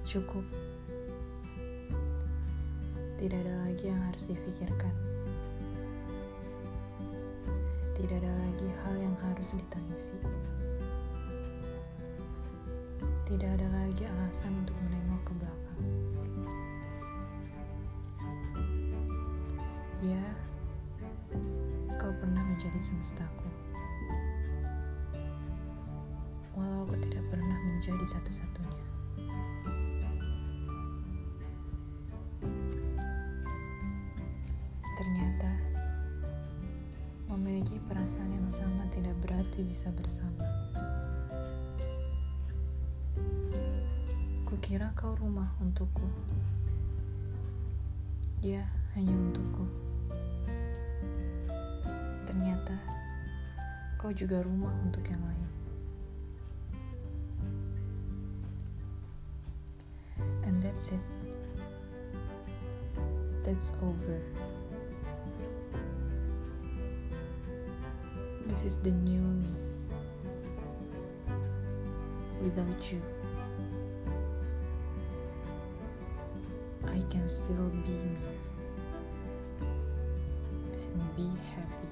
Cukup. Tidak ada lagi yang harus difikirkan. Tidak ada lagi hal yang harus ditangisi. Tidak ada lagi alasan untuk menengok ke belakang. Ya, kau pernah menjadi semestaku. Walau aku tidak pernah menjadi satu-satunya. Ternyata, memiliki perasaan yang sama tidak berarti bisa bersama. Kukira kau rumah untukku. Ya, hanya untukku. Ternyata, kau juga rumah untuk yang lain. And that's it. That's over. This is the new me. Without you, I can still be me and be happy.